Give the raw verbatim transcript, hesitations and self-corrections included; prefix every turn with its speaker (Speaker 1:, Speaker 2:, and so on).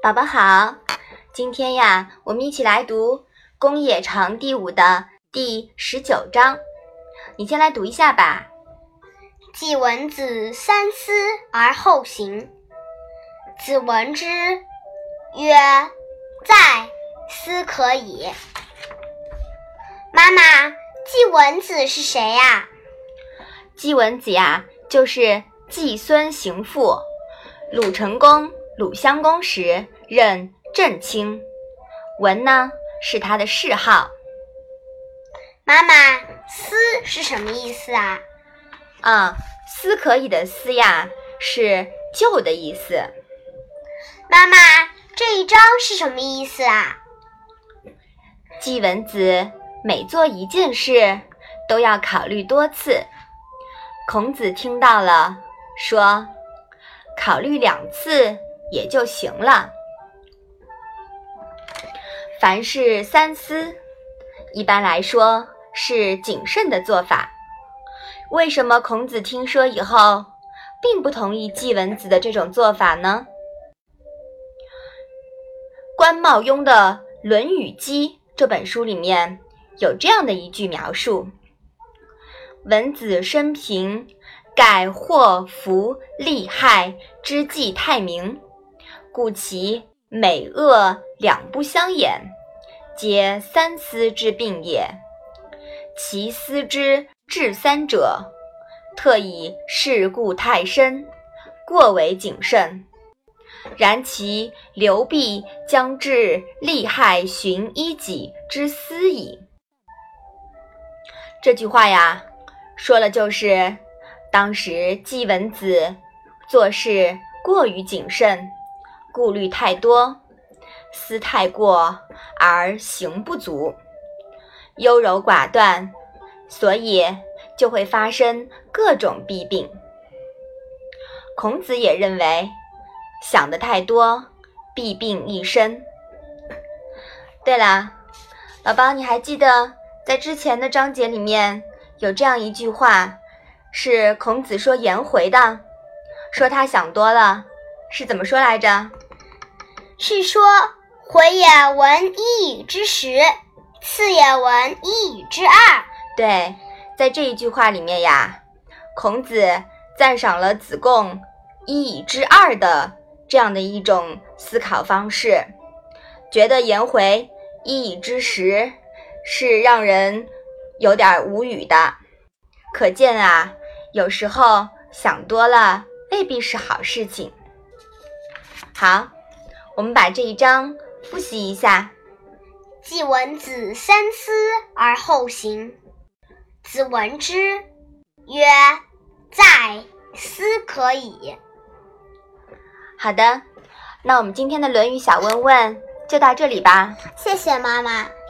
Speaker 1: 宝宝好，今天呀，我们一起来读《公冶长》第五的第十九章。你先来读一下吧。
Speaker 2: 季文子三思而后行，子闻之曰：在，斯可矣。妈妈，季文子是谁呀？
Speaker 1: 季文子呀，就是季孙行父，鲁成公、鲁襄公时任镇卿，文呢是他的谥号。
Speaker 2: 妈妈，斯是什么意思啊？
Speaker 1: 啊，斯可以的斯呀，是就的意思。
Speaker 2: 妈妈，这一章是什么意思啊？
Speaker 1: 季文子每做一件事都要考虑多次。孔子听到了，说：考虑两次也就行了。凡事三思，一般来说是谨慎的做法。为什么孔子听说以后，并不同意季文子的这种做法呢？关茂庸的《论语记》这本书里面有这样的一句描述：文子生平，盖祸福利害之计太明，故其美恶两不相掩，皆三思之病也。其思之至三者，特以事故太深，过为谨慎。然其流弊将至利害寻一己之思矣。这句话呀，说了就是当时季文子做事过于谨慎，顾虑太多，思太过而行不足，优柔寡断，所以就会发生各种弊病。孔子也认为想得太多，弊病一身。对了，宝宝，你还记得在之前的章节里面有这样一句话，是孔子说颜回的，说他想多了，是怎么说来着？
Speaker 2: 是说回也闻一语之十，次也闻一语之二。
Speaker 1: 对，在这一句话里面呀，孔子赞赏了子贡一语之二的这样的一种思考方式，觉得颜回一语之十是让人有点无语的。可见啊，有时候想多了未必是好事情。好，我们把这一章复习一下。
Speaker 2: 季文子三思而后行，子闻之曰：在，斯可矣。
Speaker 1: 好的，那我们今天的《论语》小问问就到这里吧。
Speaker 2: 谢谢妈妈。